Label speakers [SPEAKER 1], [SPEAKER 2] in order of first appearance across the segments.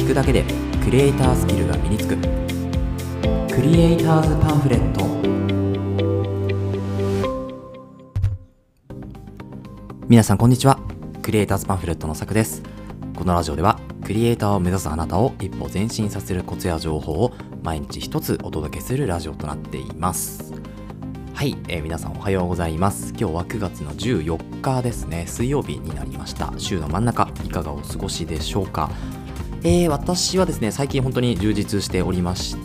[SPEAKER 1] 聞くだけでクリエイタースキルが身につくクリエイターズパンフレット。皆さんこんにちは。クリエイターズパンフレットのさくです。このラジオではクリエイターを目指すあなたを一歩前進させるコツや情報を毎日一つお届けするラジオとなっています。はい、皆さんおはようございます。今日は9月の14日ですね、水曜日になりました。週の真ん中、いかがお過ごしでしょうか。私はですね、最近本当に充実しておりまして、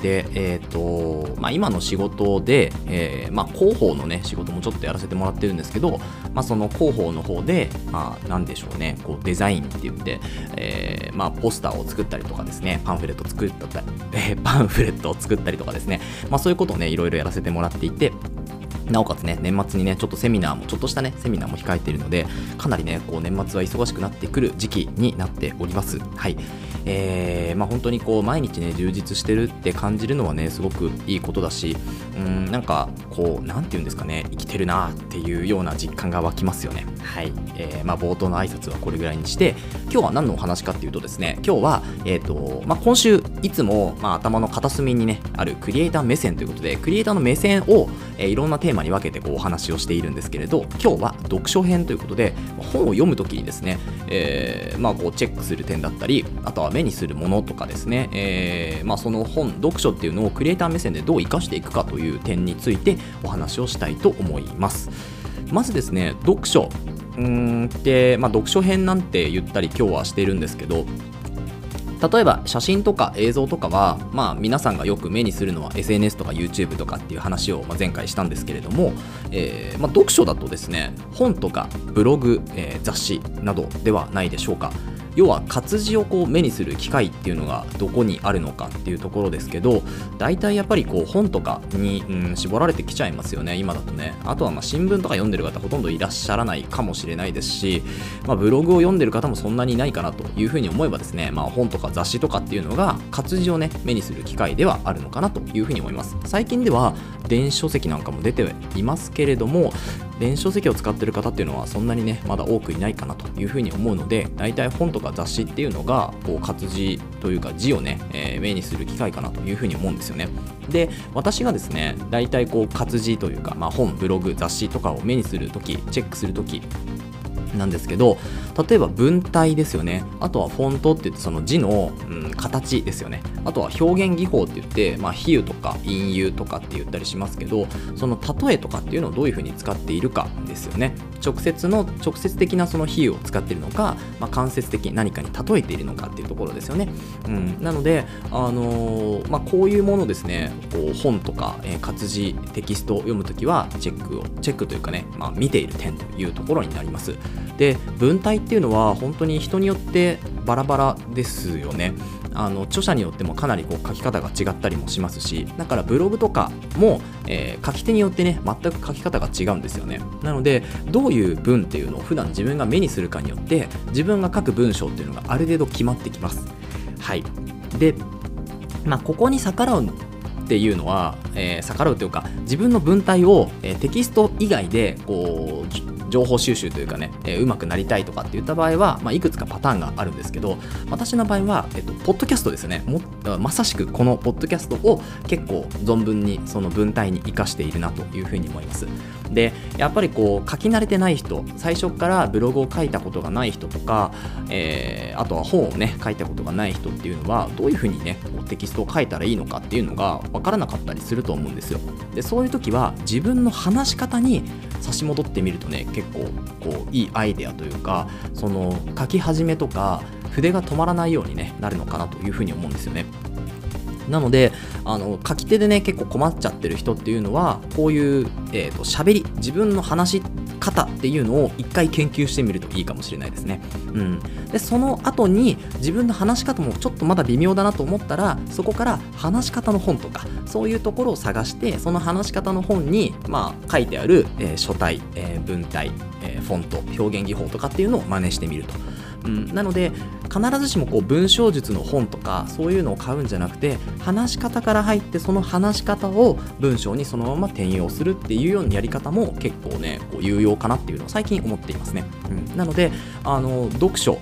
[SPEAKER 1] 今の仕事で、広報のね仕事もちょっとやらせてもらってるんですけど、その広報の方で、なんでしょうね、こうデザインって言って、ポスターを作ったりとかですね、パンフレットを作ったりとかですね、そういうことをねいろいろやらせてもらっていて、なおかつね、年末にね、ちょっとしたね、セミナーも控えているので、かなりね、こう年末は忙しくなってくる時期になっております。はい。本当にこう、毎日ね、充実してるって感じるのはね、すごくいいことだし、なんか、こう、なんていうんですかね、生きてるなっていうような実感が湧きますよね。はい。冒頭の挨拶はこれぐらいにして、今日は何のお話かっていうとですね、今日は、今週、いつも、頭の片隅にね、あるクリエイター目線ということで、クリエイターの目線を、いろんなテーマに分けてこうお話をしているんですけれど、今日は読書編ということで、本を読むときにですね、こうチェックする点だったり、あとは目にするものとかですね、その読書っていうのをクリエイター目線でどう生かしていくかという点についてお話をしたいと思います。まずですね、読書で、読書編なんて言ったり今日はしているんですけど、例えば写真とか映像とかは、皆さんがよく目にするのは SNS とか YouTube とかっていう話を前回したんですけれども、読書だとですね、本とかブログ、雑誌などではないでしょうか。要は活字をこう目にする機会っていうのがどこにあるのかっていうところですけど、大体やっぱりこう本とかに、絞られてきちゃいますよね、今だとね。あとは新聞とか読んでる方ほとんどいらっしゃらないかもしれないですし、ブログを読んでる方もそんなにいないかなというふうに思えばですね、本とか雑誌とかっていうのが活字をね目にする機会ではあるのかなというふうに思います。最近では電子書籍なんかも出ていますけれども、電子書籍を使っている方っていうのはそんなにねまだ多くいないかなというふうに思うので、大体本とか雑誌っていうのがこう活字というか字をね、目にする機会かなというふうに思うんですよね。で、私がですね大体こう活字というか、本、ブログ、雑誌とかを目にするとき、チェックするときなんですけど、例えば文体ですよね。あとはフォントって言ってその字の、形ですよね。あとは表現技法って言って、比喩とか隠喩とかって言ったりしますけど、その例えとかっていうのをどういうふうに使っているかですよね。直接的なその比喩を使っているのか、間接的に何かに例えているのかっていうところですよね。なので、こういうものですね、こう本とか、活字テキストを読むときはチェックというかね、見ている点というところになります。で、文体っていうのは本当に人によってバラバラですよね。著者によってもかなりこう書き方が違ったりもしますし、だからブログとかも、書き手によってね全く書き方が違うんですよね。なので、どういう文っていうのを普段自分が目にするかによって自分が書く文章っていうのがある程度決まってきます。はい。で、ここに逆らうっていうのは、逆らうというか、自分の文体を、テキスト以外でこう情報収集というかね、うまくなりたいとかって言った場合は、いくつかパターンがあるんですけど、私の場合は、ポッドキャストですね。まさしくこのポッドキャストを結構存分にその文体に活かしているなというふうに思います。で、やっぱりこう書き慣れてない人、最初からブログを書いたことがない人とか、あとは本をね書いたことがない人っていうのはどういうふうにねテキストを書いたらいいのかっていうのが分からなかったりすると思うんですよ。で、そういう時は自分の話し方に差し戻ってみるとね、結構こういいアイデアというか、その書き始めとか筆が止まらないように、ね、なるのかなというふうに思うんですよね。なので、書き手でね結構困っちゃってる人っていうのは、こういう、喋り、自分の話し方っていうのを一回研究してみるといいかもしれないですね。で、その後に自分の話し方もちょっとまだ微妙だなと思ったら、そこから話し方の本とかそういうところを探して、その話し方の本に、書いてある、書体、文体、フォント、表現技法とかっていうのを真似してみると。なので、必ずしもこう文章術の本とかそういうのを買うんじゃなくて、話し方から入って、その話し方を文章にそのまま転用するっていうようなやり方も結構ねこう有用かなっていうのを最近思っていますね。なので、読書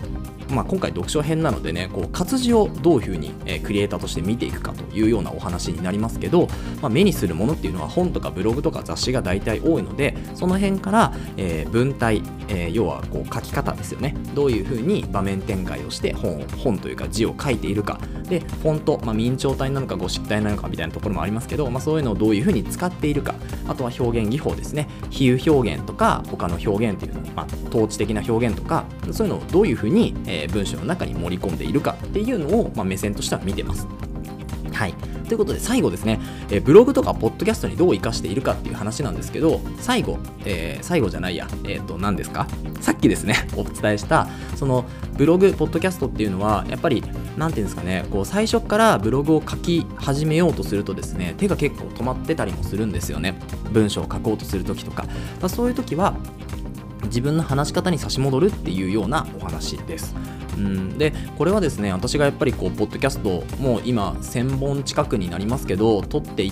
[SPEAKER 1] 今回読書編なのでね、活字をどういうふうに、クリエイターとして見ていくかというようなお話になりますけど、目にするものっていうのは本とかブログとか雑誌が大体多いので、その辺から、文体、要は書き方ですよね。どういうふうに場面展開をして本というか字を書いているかで、フォント、明朝体なのかゴシック体なのかみたいなところもありますけど、そういうのをどういうふうに使っているか、あとは表現技法ですね、比喩表現とか他の表現っていうの、統治的な表現とか、そういうのをどういうふうに、文章の中に盛り込んでいるかっていうのを、目線としては見てます。はい、ということで最後ですね、ブログとかポッドキャストにどう活かしているかっていう話なんですけど、最後じゃないや、何ですか、さっきですねお伝えしたそのブログポッドキャストっていうのはやっぱりなんていうんですかね、最初からブログを書き始めようとするとですね、手が結構止まってたりもするんですよね。文章を書こうとするときとか、そういうときは自分の話し方に差し戻るっていうようなお話です。でこれはですね、私がやっぱりポッドキャストもう今1000本近くになりますけど撮っていって、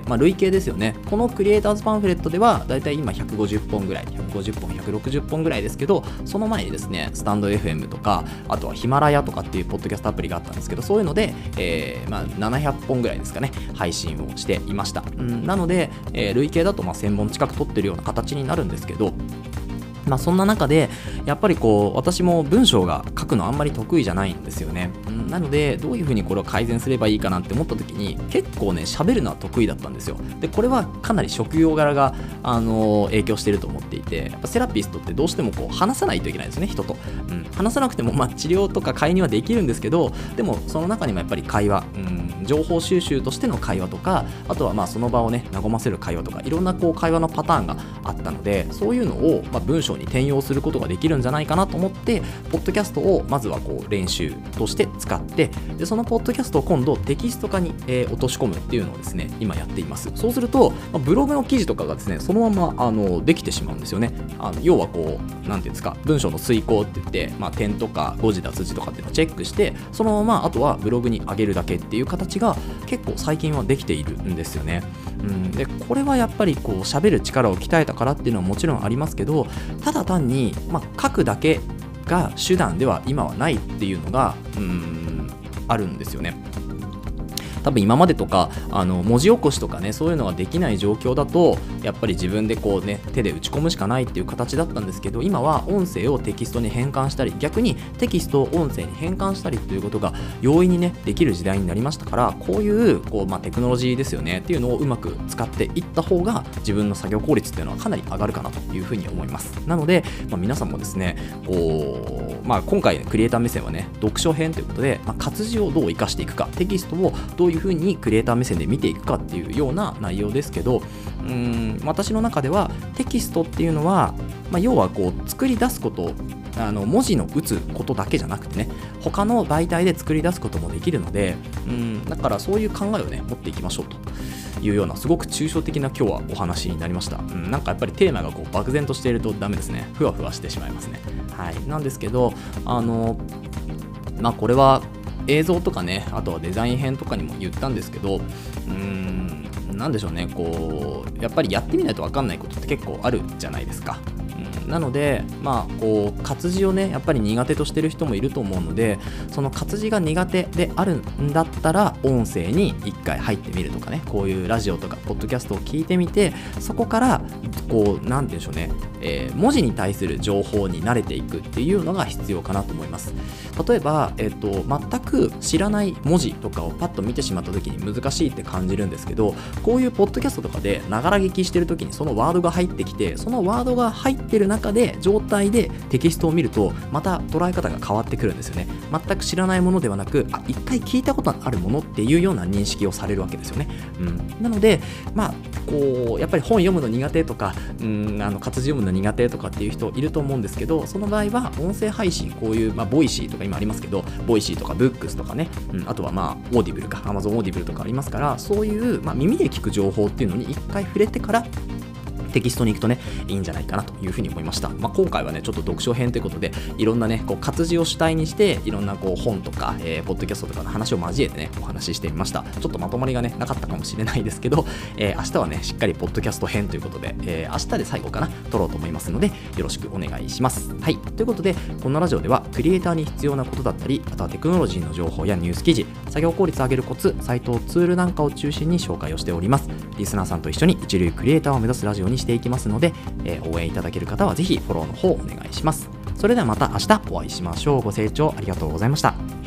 [SPEAKER 1] 累計ですよね。このクリエイターズパンフレットではだいたい今150本ぐらい、150本160本ぐらいですけど、その前にですねスタンド FM とか、あとはヒマラヤとかっていうポッドキャストアプリがあったんですけど、そういうので、700本ぐらいですかね、配信をしていました。なので、累計だと1000本近く撮ってるような形になるんですけど、そんな中でやっぱり私も文章が書くのあんまり得意じゃないんですよね。なのでどういうふうにこれを改善すればいいかなって思った時に、結構ね喋るのは得意だったんですよ。でこれはかなり職業柄が、影響していると思っていて、やっぱセラピストってどうしても話さないといけないんですね、人と。話さなくても治療とか介入はできるんですけど、でもその中にもやっぱり会話、情報収集としての会話とか、あとはその場をね和ませる会話とか、いろんな会話のパターンがあったので、そういうのを文章に転用することができるんじゃないかなと思って、ポッドキャストをまずは練習として使って、でそのポッドキャストを今度テキスト化に、落とし込むっていうのをですね今やっています。そうすると、ブログの記事とかがですねそのままできてしまうんですよね。要はなんていうんですか、文章の遂行って言って、点とか誤字脱字とかっていうのをチェックして、そのままあとはブログに上げるだけっていう形が結構最近はできているんですよね。でこれはやっぱり喋る力を鍛えたからっていうのはもちろんありますけど、ただ単に、書くだけが手段では今はないっていうのがあるんですよね。多分今までとか文字起こしとかね、そういうのができない状況だとやっぱり自分で手で打ち込むしかないっていう形だったんですけど、今は音声をテキストに変換したり、逆にテキストを音声に変換したりということが容易にねできる時代になりましたから、こういうテクノロジーですよねっていうのをうまく使っていった方が自分の作業効率っていうのはかなり上がるかなというふうに思います。なので、皆さんもですね今回クリエイター目線はね読書編ということで、活字をどう活かしていくか、テキストをどういうふうにクリエイター目線で見ていくかっていうような内容ですけど、私の中ではテキストっていうのは、要は作り出すこと、文字の打つことだけじゃなくてね、他の媒体で作り出すこともできるので、だからそういう考えをね持っていきましょうというような、すごく抽象的な今日はお話になりました。なんかやっぱりテーマが漠然としているとダメですね。ふわふわしてしまいますね。はい。なんですけど、これは映像とかね、あとはデザイン編とかにも言ったんですけど、なんでしょうね、やっぱりやってみないと分かんないことって結構あるじゃないですか。なので、活字をねやっぱり苦手としてる人もいると思うので、その活字が苦手であるんだったら音声に一回入ってみるとかね、こういうラジオとかポッドキャストを聞いてみて、そこからなんていうんでしょうね、文字に対する情報に慣れていくっていうのが必要かなと思います。例えば、全く知らない文字とかをパッと見てしまった時に難しいって感じるんですけど、こういうポッドキャストとかでながら聞きしてる時にそのワードが入ってきて、そのワードが入ってる中で状態でテキストを見るとまた捉え方が変わってくるんですよね。全く知らないものではなく、一回聞いたことあるものっていうような認識をされるわけですよね。なのでやっぱり本読むの苦手とか活字読むの苦手とかっていう人いると思うんですけど、その場合は音声配信、こういうボイシーとか今ありますけど、ボイシーとかブックスとかね、あとはオーディブルか Amazon オーディブルとかありますから、そういう耳で聞く情報っていうのに一回触れてからテキストに行くとね、いいんじゃないかなというふうに思いました。今回はね、ちょっと読書編ということで、いろんなね、活字を主体にして、いろんな本とか、ポッドキャストとかの話を交えてね、お話ししてみました。ちょっとまとまりがね、なかったかもしれないですけど、明日はね、しっかりポッドキャスト編ということで、明日で最後かな、撮ろうと思いますので、よろしくお願いします。はい。ということで、このラジオでは、クリエイターに必要なことだったり、あとはテクノロジーの情報やニュース記事、作業効率を上げるコツ、サイト、ツールなんかを中心に紹介をしております。リスナーさんと一緒に一流クリエイターを目指すラジオにしていきますので、応援いただける方はぜひフォローの方お願いします。それではまた明日お会いしましょう。ご清聴ありがとうございました。